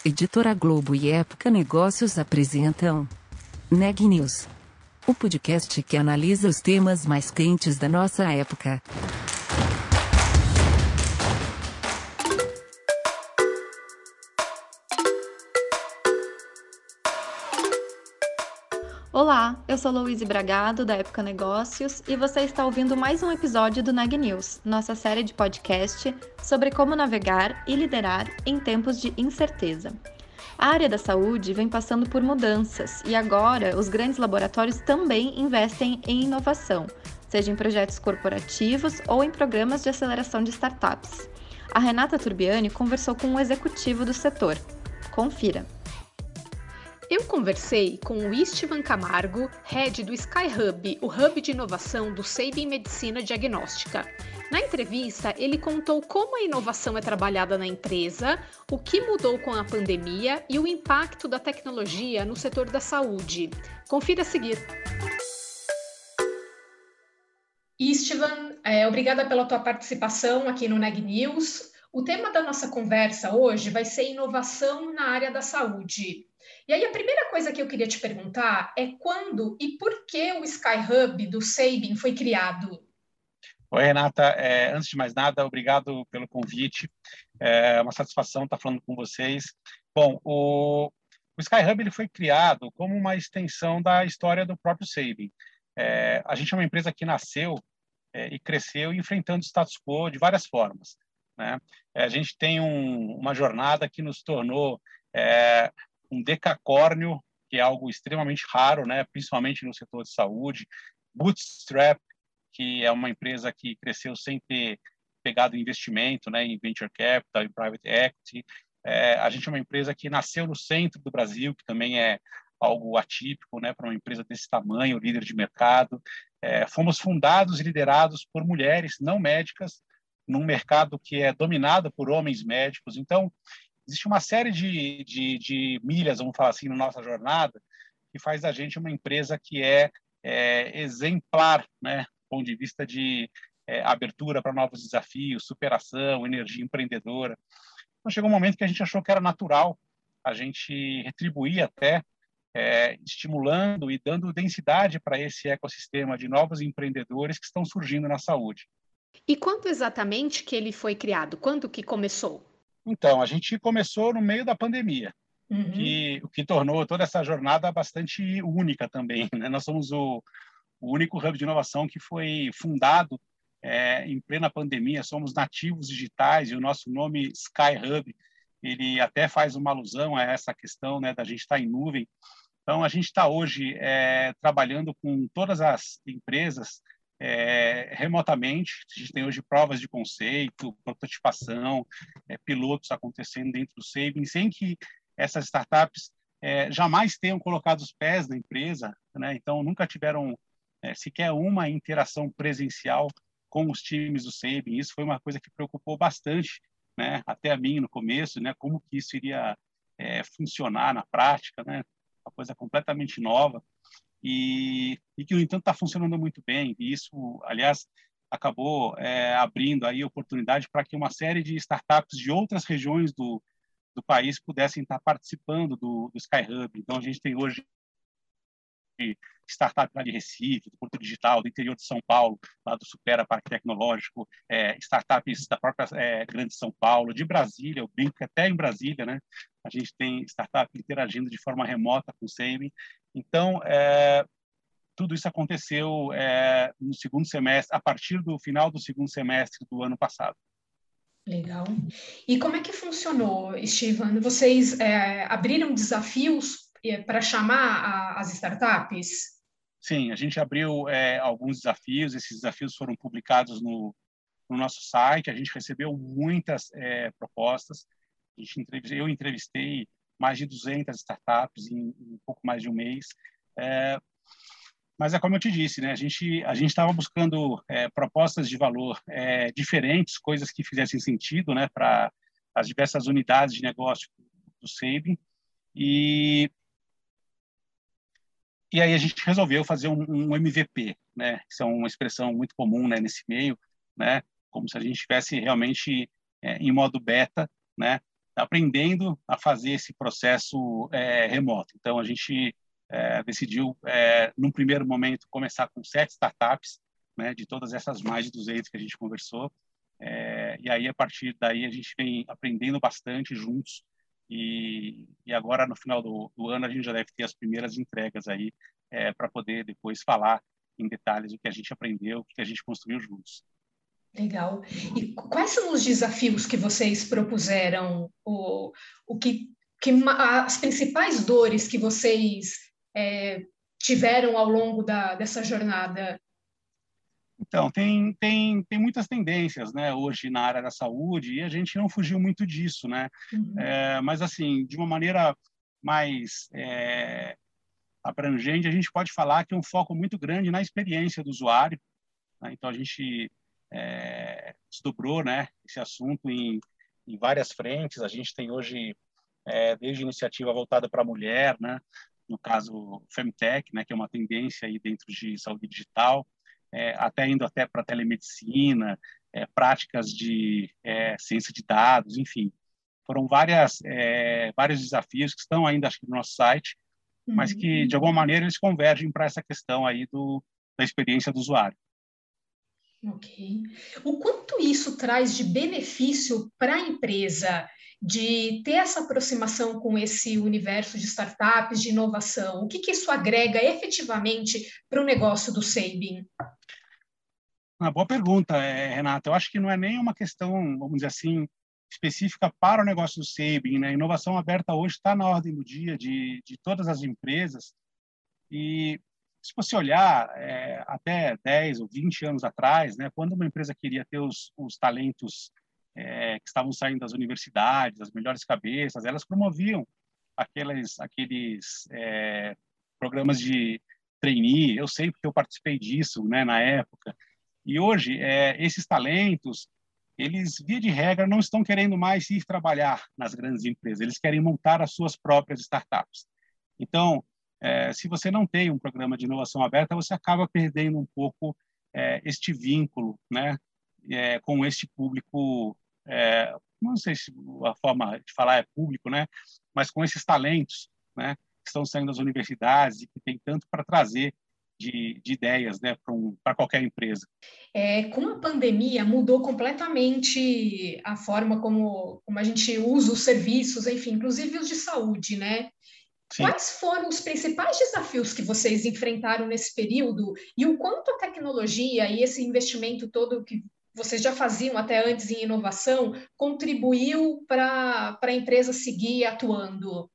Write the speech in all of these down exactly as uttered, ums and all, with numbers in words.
Editora Globo e Época Negócios apresentam Neg News, o podcast que analisa os temas mais quentes da nossa época. Olá, eu sou Louise Bragado, da Época Negócios, e você está ouvindo mais um episódio do Neg News, nossa série de podcast sobre como navegar e liderar em tempos de incerteza. A área da saúde vem passando por mudanças e agora os grandes laboratórios também investem em inovação, seja em projetos corporativos ou em programas de aceleração de startups. A Renata Turbiani conversou com um executivo do setor. Confira! Eu conversei com o Istvan Camargo, head do SkyHub, o hub de inovação do Sabin Medicina Diagnóstica. Na entrevista, ele contou como a inovação é trabalhada na empresa, o que mudou com a pandemia e o impacto da tecnologia no setor da saúde. Confira a seguir. Istvan, é, obrigada pela tua participação aqui no Neg News. O tema da nossa conversa hoje vai ser inovação na área da saúde. E aí a primeira coisa que eu queria te perguntar é quando e por que o SkyHub do Sabin foi criado? Oi, Renata. É, antes de mais nada, obrigado pelo convite. É uma satisfação estar falando com vocês. Bom, o, o SkyHub ele foi criado como uma extensão da história do próprio Sabin. É, a gente é uma empresa que nasceu é, e cresceu enfrentando o status quo de várias formas, né? É, a gente tem um, uma jornada que nos tornou é, um decacórnio, que é algo extremamente raro, né? Principalmente no setor de saúde. Bootstrap, que é uma empresa que cresceu sem ter pegado investimento, né, em venture capital, em private equity. É, a gente é uma empresa que nasceu no centro do Brasil, que também é algo atípico, né, para uma empresa desse tamanho, líder de mercado. É, fomos fundados e liderados por mulheres não médicas, num mercado que é dominado por homens médicos. Então, existe uma série de, de, de milhas, vamos falar assim, na nossa jornada, que faz da gente uma empresa que é, é exemplar, né, do ponto de vista de é, abertura para novos desafios, superação, energia empreendedora. Então, chegou um momento que a gente achou que era natural a gente retribuir até, é, estimulando e dando densidade para esse ecossistema de novos empreendedores que estão surgindo na saúde. E quando exatamente que ele foi criado? Quando que começou? Então, a gente começou no meio da pandemia, Uhum. que, o que tornou toda essa jornada bastante única também, né? Nós somos o, o único hub de inovação que foi fundado é, em plena pandemia. Somos nativos digitais e o nosso nome SkyHub, ele até faz uma alusão a essa questão, né, da gente estar em nuvem. Então, a gente está hoje é, trabalhando com todas as empresas É, remotamente. A gente tem hoje provas de conceito, prototipação, é, pilotos acontecendo dentro do Sabin, sem que essas startups é, jamais tenham colocado os pés na empresa, né? Então, nunca tiveram é, sequer uma interação presencial com os times do Sabin. Isso foi uma coisa que preocupou bastante, né? Até a mim no começo, né? Como que isso iria é, funcionar na prática, né? Uma coisa completamente nova. E, e que, no entanto, está funcionando muito bem. E isso, aliás, acabou é, abrindo aí oportunidade para que uma série de startups de outras regiões do, do país pudessem estar participando do, do SkyHub. Então, a gente tem hoje startup lá de Recife, do Porto Digital, do interior de São Paulo, lá do Supera Parque Tecnológico, é, startups da própria é, Grande São Paulo, de Brasília, eu brinco que até em Brasília, né? A gente tem startup interagindo de forma remota com o Sabin. Então, é, tudo isso aconteceu é, no segundo semestre, a partir do final do segundo semestre do ano passado. Legal. E como é que funcionou, Istvan? Vocês é, abriram desafios é, para chamar a, as startups? Sim, a gente abriu é, alguns desafios. Esses desafios foram publicados no, no nosso site. A gente recebeu muitas é, propostas. A gente entrevistei, eu entrevistei mais de duzentas startups em, em um pouco mais de um mês. É, mas é como eu te disse, né? A gente a gente estava buscando é, propostas de valor é, diferentes, coisas que fizessem sentido, né, para as diversas unidades de negócio do Sabin. E e aí a gente resolveu fazer um, um M V P, né? Isso é uma expressão muito comum, né, nesse meio, né? Como se a gente estivesse realmente é, em modo beta, né? aprendendo a fazer esse processo é, remoto. Então, a gente é, decidiu, é, num primeiro momento, começar com sete startups, né, de todas essas mais de duzentas que a gente conversou. É, e aí, a partir daí, a gente vem aprendendo bastante juntos. E, e agora, no final do, do ano, a gente já deve ter as primeiras entregas aí é, para poder depois falar em detalhes o que a gente aprendeu, o que a gente construiu juntos. Legal. E quais são os desafios que vocês propuseram? O, o que, que as principais dores que vocês é, tiveram ao longo da, dessa jornada? Então, tem, tem, tem muitas tendências, né, hoje na área da saúde, e a gente não fugiu muito disso, né? Uhum. É, mas, assim, de uma maneira mais é, abrangente, a gente pode falar que é um foco muito grande na experiência do usuário, né? Então, a gente é, desdobrou, né, esse assunto em, em várias frentes. A gente tem hoje, é, desde iniciativa voltada para a mulher, né, no caso, Femtech, né, que é uma tendência aí dentro de saúde digital, É, até indo até para telemedicina, é, práticas de é, ciência de dados, enfim. Foram várias, é, vários desafios que estão ainda, acho que, no nosso site, uhum. mas que, de alguma maneira, eles convergem para essa questão aí do, da experiência do usuário. Ok. O quanto isso traz de benefício para a empresa de ter essa aproximação com esse universo de startups, de inovação? O que, que isso agrega efetivamente para o negócio do Sabin? Uma boa pergunta, Renata. Eu acho que não é nem uma questão, vamos dizer assim, específica para o negócio do Sabin, né? A inovação aberta hoje está na ordem do dia de, de todas as empresas. E se você olhar é, até dez ou vinte anos atrás, né, quando uma empresa queria ter os, os talentos é, que estavam saindo das universidades, as melhores cabeças, elas promoviam aqueles, aqueles é, programas de trainee. Eu sei porque eu participei disso, né, na época. E hoje, é, esses talentos, eles, via de regra, não estão querendo mais ir trabalhar nas grandes empresas, eles querem montar as suas próprias startups. Então, é, se você não tem um programa de inovação aberta, você acaba perdendo um pouco é, este vínculo, né, é, com este público, é, não sei se a forma de falar é público, né, mas com esses talentos, né, que estão saindo das universidades e que tem tanto para trazer De, de ideias, né, para um, para qualquer empresa. É, com a pandemia, mudou completamente a forma como, como a gente usa os serviços, enfim, inclusive os de saúde, né? Sim. Quais foram os principais desafios que vocês enfrentaram nesse período e o quanto a tecnologia e esse investimento todo que vocês já faziam até antes em inovação contribuiu para a empresa seguir atuando?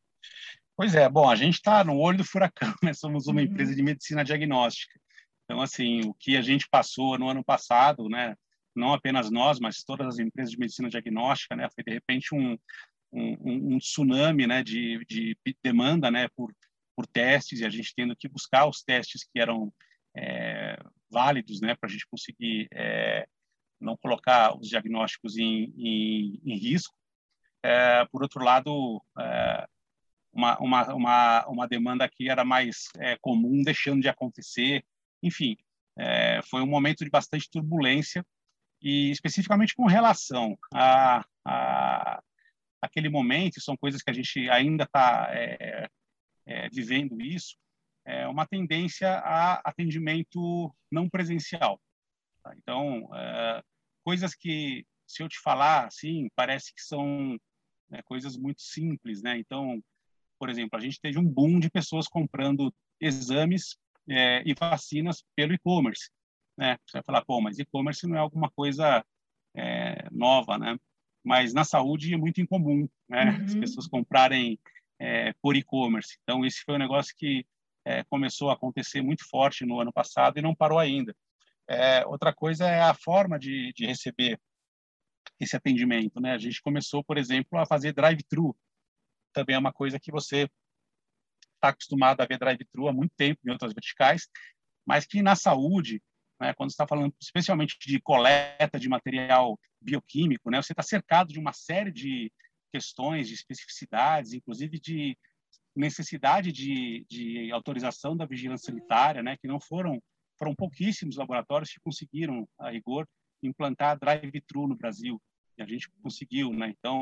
Pois é, bom, a gente está no olho do furacão, né? Somos uma uhum. empresa de medicina diagnóstica. Então, assim, o que a gente passou no ano passado, né? Não apenas nós, mas todas as empresas de medicina diagnóstica, né? Foi, de repente, um, um, um tsunami, né? De, de demanda, né? Por, por testes, e a gente tendo que buscar os testes que eram é, válidos, né? Para a gente conseguir é, não colocar os diagnósticos em, em, em risco. É, por outro lado, é, Uma, uma, uma, uma demanda que era mais é, comum, deixando de acontecer. Enfim, é, foi um momento de bastante turbulência e especificamente com relação a, a aquele momento, são coisas que a gente ainda está é, é, vivendo isso, é uma tendência a atendimento não presencial. Tá? Então, é, coisas que, se eu te falar, assim, parece que são né, coisas muito simples, né? Então, por exemplo, a gente teve um boom de pessoas comprando exames é, e vacinas pelo e-commerce, né? Você vai falar, pô, mas e-commerce não é alguma coisa é, nova, né? Mas na saúde é muito incomum, né? Uhum. As pessoas comprarem é, por e-commerce. Então, esse foi um negócio que é, começou a acontecer muito forte no ano passado e não parou ainda. É, outra coisa é a forma de, de receber esse atendimento, né? A gente começou, por exemplo, a fazer drive-thru. Também é uma coisa que você está acostumado a ver drive-thru há muito tempo em outras verticais, mas que na saúde, né, quando você está falando especialmente de coleta de material bioquímico, né, você está cercado de uma série de questões, de especificidades, inclusive de necessidade de, de autorização da vigilância sanitária, né, que não foram, foram pouquíssimos laboratórios que conseguiram, a rigor, implantar drive-thru no Brasil, e a gente conseguiu, né, então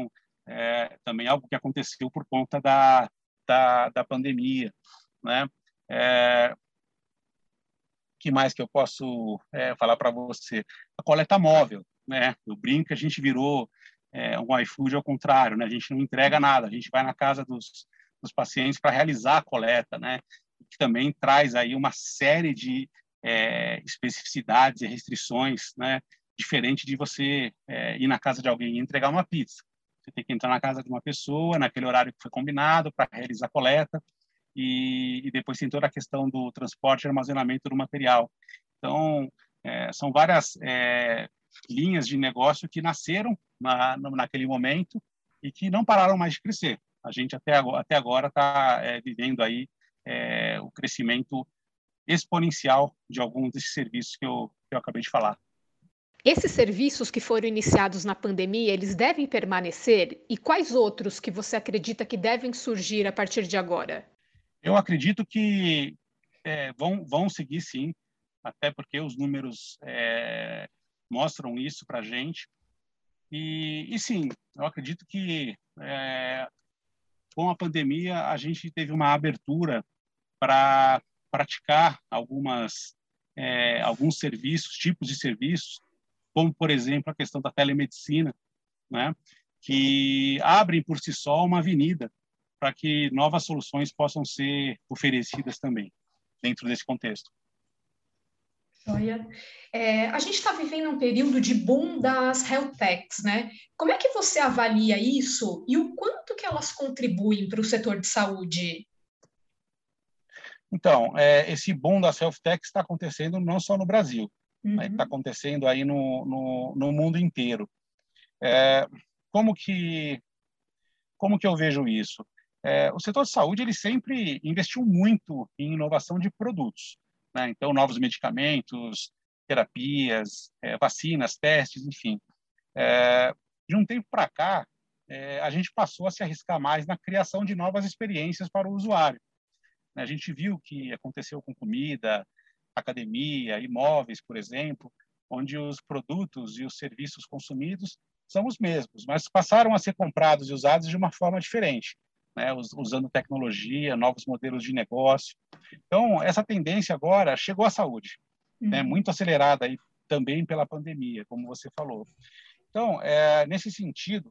é, também algo que aconteceu por conta da, da, da pandemia, né? É, que mais que eu posso é, falar para você? A coleta móvel, né? Eu brinco que a gente virou é, um iFood ao contrário, né? A gente não entrega nada, a gente vai na casa dos, dos pacientes para realizar a coleta, né? Que também traz aí uma série de é, especificidades e restrições, né? Diferente de você é, ir na casa de alguém e entregar uma pizza. Você tem que entrar na casa de uma pessoa, naquele horário que foi combinado, para realizar a coleta, e, e depois tem toda a questão do transporte e armazenamento do material. Então, é, são várias é, linhas de negócio que nasceram na, naquele momento e que não pararam mais de crescer. A gente até agora até agora está é, vivendo aí é, o crescimento exponencial de alguns desses serviços que eu, que eu acabei de falar. Esses serviços que foram iniciados na pandemia, eles devem permanecer? E quais outros que você acredita que devem surgir a partir de agora? Eu acredito que é, vão, vão seguir, sim, até porque os números é, mostram isso para a gente. E, e, sim, eu acredito que é, com a pandemia a gente teve uma abertura para praticar algumas, é, alguns serviços, tipos de serviços, como, por exemplo, a questão da telemedicina, né, que abrem por si só uma avenida para que novas soluções possam ser oferecidas também dentro desse contexto. Olha, é, a gente está vivendo um período de boom das health techs, né? Como é que você avalia isso e o quanto que elas contribuem para o setor de saúde? Então, é, esse boom das health techs está acontecendo não só no Brasil, Uhum. está acontecendo aí no, no, no mundo inteiro. É, como que como que eu vejo isso? É, o setor de saúde ele sempre investiu muito em inovação de produtos, né? Então, novos medicamentos, terapias, é, vacinas, testes, enfim. É, de um tempo para cá, é, a gente passou a se arriscar mais na criação de novas experiências para o usuário. A gente viu o que aconteceu com comida, academia, imóveis, por exemplo, onde os produtos e os serviços consumidos são os mesmos, mas passaram a ser comprados e usados de uma forma diferente, né? Usando tecnologia, novos modelos de negócio. Então, essa tendência agora chegou à saúde, uhum. né? Muito acelerada aí também pela pandemia, como você falou. Então, é, nesse sentido,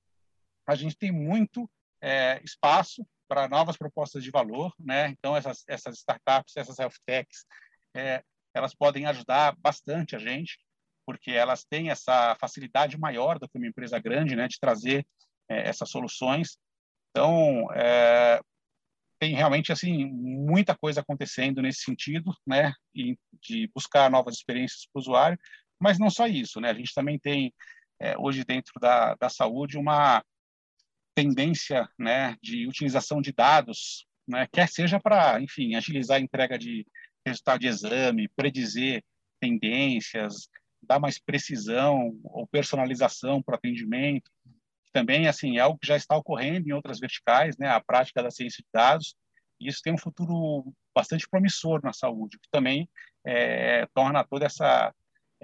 a gente tem muito é, espaço para novas propostas de valor, né? Então, essas, essas startups, essas health techs, é, elas podem ajudar bastante a gente, porque elas têm essa facilidade maior do que uma empresa grande, né, de trazer é, essas soluções. Então, é, tem realmente assim muita coisa acontecendo nesse sentido, né, e de buscar novas experiências para o usuário, mas não só isso, né? A gente também tem é, hoje dentro da, da saúde uma tendência, né, de utilização de dados, né, quer seja para, enfim, agilizar a entrega de resultado de exame, predizer tendências, dar mais precisão ou personalização para o atendimento. Também, assim, é algo que já está ocorrendo em outras verticais, né, a prática da ciência de dados, e isso tem um futuro bastante promissor na saúde, que também é, torna toda essa,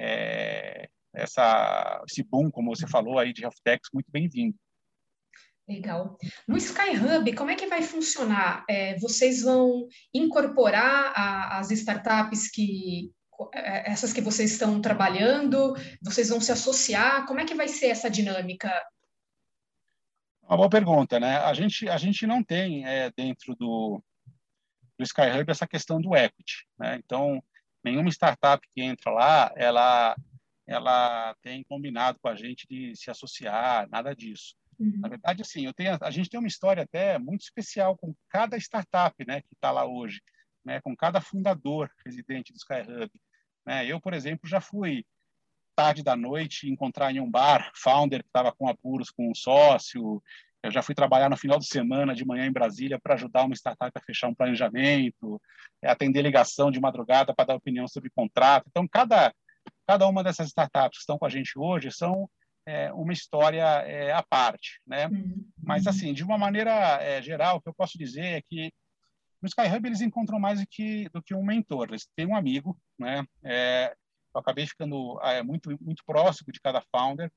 é, essa esse boom, como você falou aí, de health techs muito bem-vindo. Legal. No SkyHub, como é que vai funcionar? É, vocês vão incorporar a, as startups que essas que vocês estão trabalhando? Vocês vão se associar? Como é que vai ser essa dinâmica? Uma boa pergunta, né? A gente a gente não tem é, dentro do, do SkyHub essa questão do equity, né? Então, nenhuma startup que entra lá, ela ela tem combinado com a gente de se associar, nada disso. Uhum. Na verdade, assim, eu tenho, a gente tem uma história até muito especial com cada startup, né, que está lá hoje, né, com cada fundador residente do SkyHub. Né? Eu, por exemplo, já fui tarde da noite encontrar em um bar founder que estava com apuros com um sócio. Eu já fui trabalhar no final de semana, de manhã em Brasília, para ajudar uma startup a fechar um planejamento, atender ligação de madrugada para dar opinião sobre contrato. Então, cada, cada uma dessas startups que estão com a gente hoje são é, uma história é, à parte, né? Uhum. Mas, assim, de uma maneira é, geral, o que eu posso dizer é que no SkyHub eles encontram mais do que, do que um mentor. Eles têm um amigo, né? É, eu acabei ficando é, muito, muito próximo de cada founder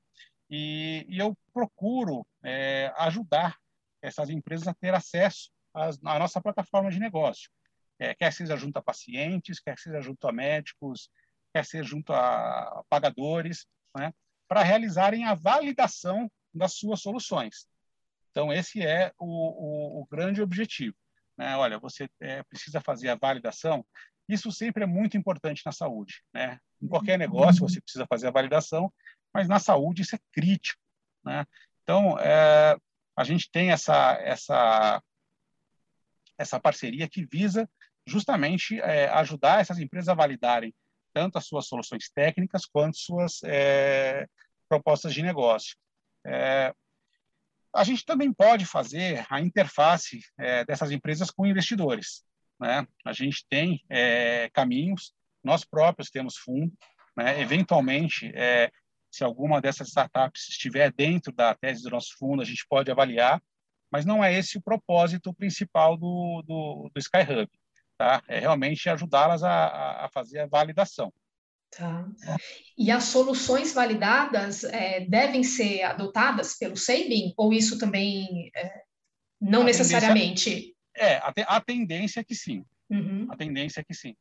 e, e eu procuro é, ajudar essas empresas a ter acesso às, à nossa plataforma de negócio, é, quer seja junto a pacientes, quer seja junto a médicos, quer seja junto a pagadores, né, para realizarem a validação das suas soluções. Então, esse é o, o, o grande objetivo, né? Olha, você é, precisa fazer a validação. Isso sempre é muito importante na saúde, né? Em qualquer negócio você precisa fazer a validação, mas na saúde isso é crítico, né? Então, é, a gente tem essa, essa, essa parceria que visa justamente é, ajudar essas empresas a validarem tanto as suas soluções técnicas quanto suas é, propostas de negócio. É, a gente também pode fazer a interface é, dessas empresas com investidores, né? A gente tem é, caminhos, nós próprios temos fundo, né? Eventualmente, é, se alguma dessas startups estiver dentro da tese do nosso fundo, a gente pode avaliar, mas não é esse o propósito principal do, do, do SkyHub, tá? É realmente ajudá-las a, a fazer a validação. Tá. E as soluções validadas é, devem ser adotadas pelo Sabin, ou isso também é, não a necessariamente? Tendência, é, a, te, a tendência é que sim. Uhum. A tendência é que sim.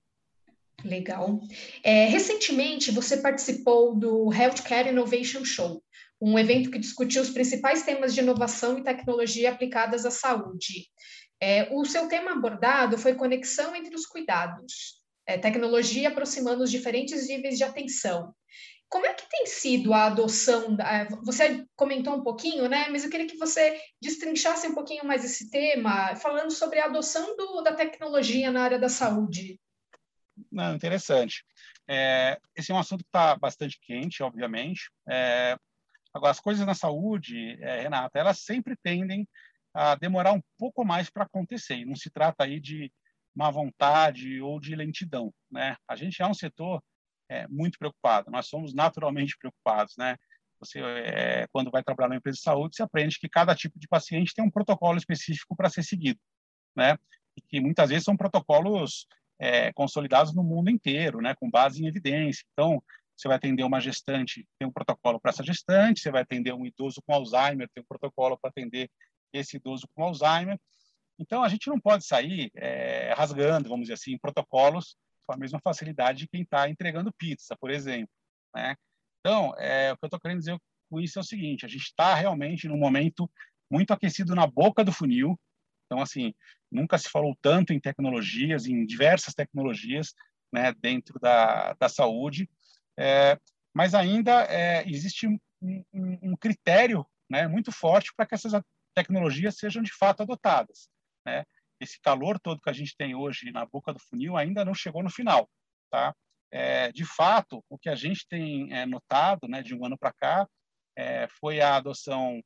Legal. É, recentemente, você participou do Healthcare Innovation Show, um evento que discutiu os principais temas de inovação e tecnologia aplicadas à saúde. É, o seu tema abordado foi conexão entre os cuidados. É, tecnologia aproximando os diferentes níveis de atenção. Como é que tem sido a adoção? Da, você comentou um pouquinho, né? Mas eu queria que você destrinchasse um pouquinho mais esse tema, falando sobre a adoção do, da tecnologia na área da saúde. Não, interessante. É, esse é um assunto que está bastante quente, obviamente. É, agora, as coisas na saúde, é, Renata, elas sempre tendem a demorar um pouco mais para acontecer. E não se trata aí de má vontade ou de lentidão, né? A gente é um setor é, muito preocupado. Nós somos naturalmente preocupados, né? Você, é, quando vai trabalhar numa empresa de saúde, você aprende que cada tipo de paciente tem um protocolo específico para ser seguido, né? E que muitas vezes são protocolos é, consolidados no mundo inteiro, né? Com base em evidência. Então, você vai atender uma gestante, tem um protocolo para essa gestante. Você vai atender um idoso com Alzheimer, tem um protocolo para atender esse idoso com Alzheimer. Então, a gente não pode sair é, rasgando, vamos dizer assim, protocolos com a mesma facilidade de quem está entregando pizza, por exemplo, né? Então, é, o que eu estou querendo dizer com isso é o seguinte: a gente está realmente num momento muito aquecido na boca do funil. Então, assim, nunca se falou tanto em tecnologias, em diversas tecnologias, né, dentro da, da saúde, é, mas ainda é, existe um, um, um critério, né, muito forte para que essas tecnologias sejam de fato adotadas, né? Esse calor todo que a gente tem hoje na boca do funil ainda não chegou no final, tá? É, de fato, o que a gente tem é, notado, né, de um ano para cá, é, foi a adoção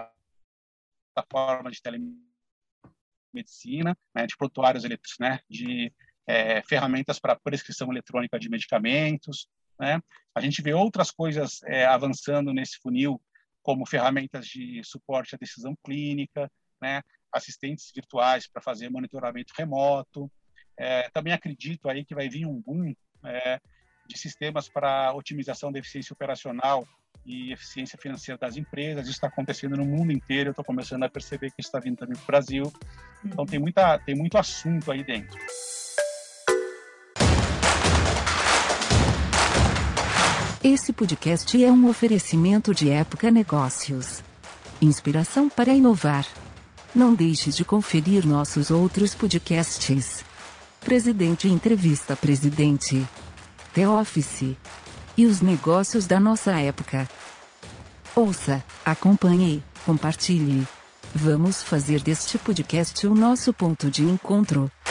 da forma de telemedicina, né, de prontuários eletrônicos, né, de é, ferramentas para prescrição eletrônica de medicamentos, né? A gente vê outras coisas é, avançando nesse funil, como ferramentas de suporte à decisão clínica, né, assistentes virtuais para fazer monitoramento remoto. É, também acredito aí que vai vir um boom é, de sistemas para otimização da eficiência operacional e eficiência financeira das empresas. Isso está acontecendo no mundo inteiro. Eu estou começando a perceber que isso está vindo também para o Brasil. Então tem muita, tem muito assunto aí dentro. Esse podcast é um oferecimento de Época Negócios. Inspiração para inovar. Não deixe de conferir nossos outros podcasts. Presidente Entrevista Presidente. The Office. E os negócios da nossa época. Ouça, acompanhe, compartilhe. Vamos fazer deste podcast o nosso ponto de encontro.